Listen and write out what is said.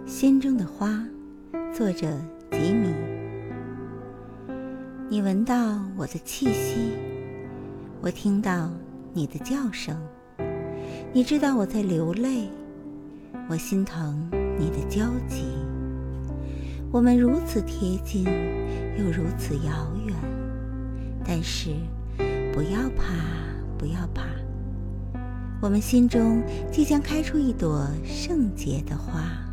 心中的花，作者吉米。你闻到我的气息，我听到你的叫声，你知道我在流泪，我心疼你的焦急。我们如此贴近，又如此遥远，但是不要怕，不要怕，我们心中即将开出一朵圣洁的花。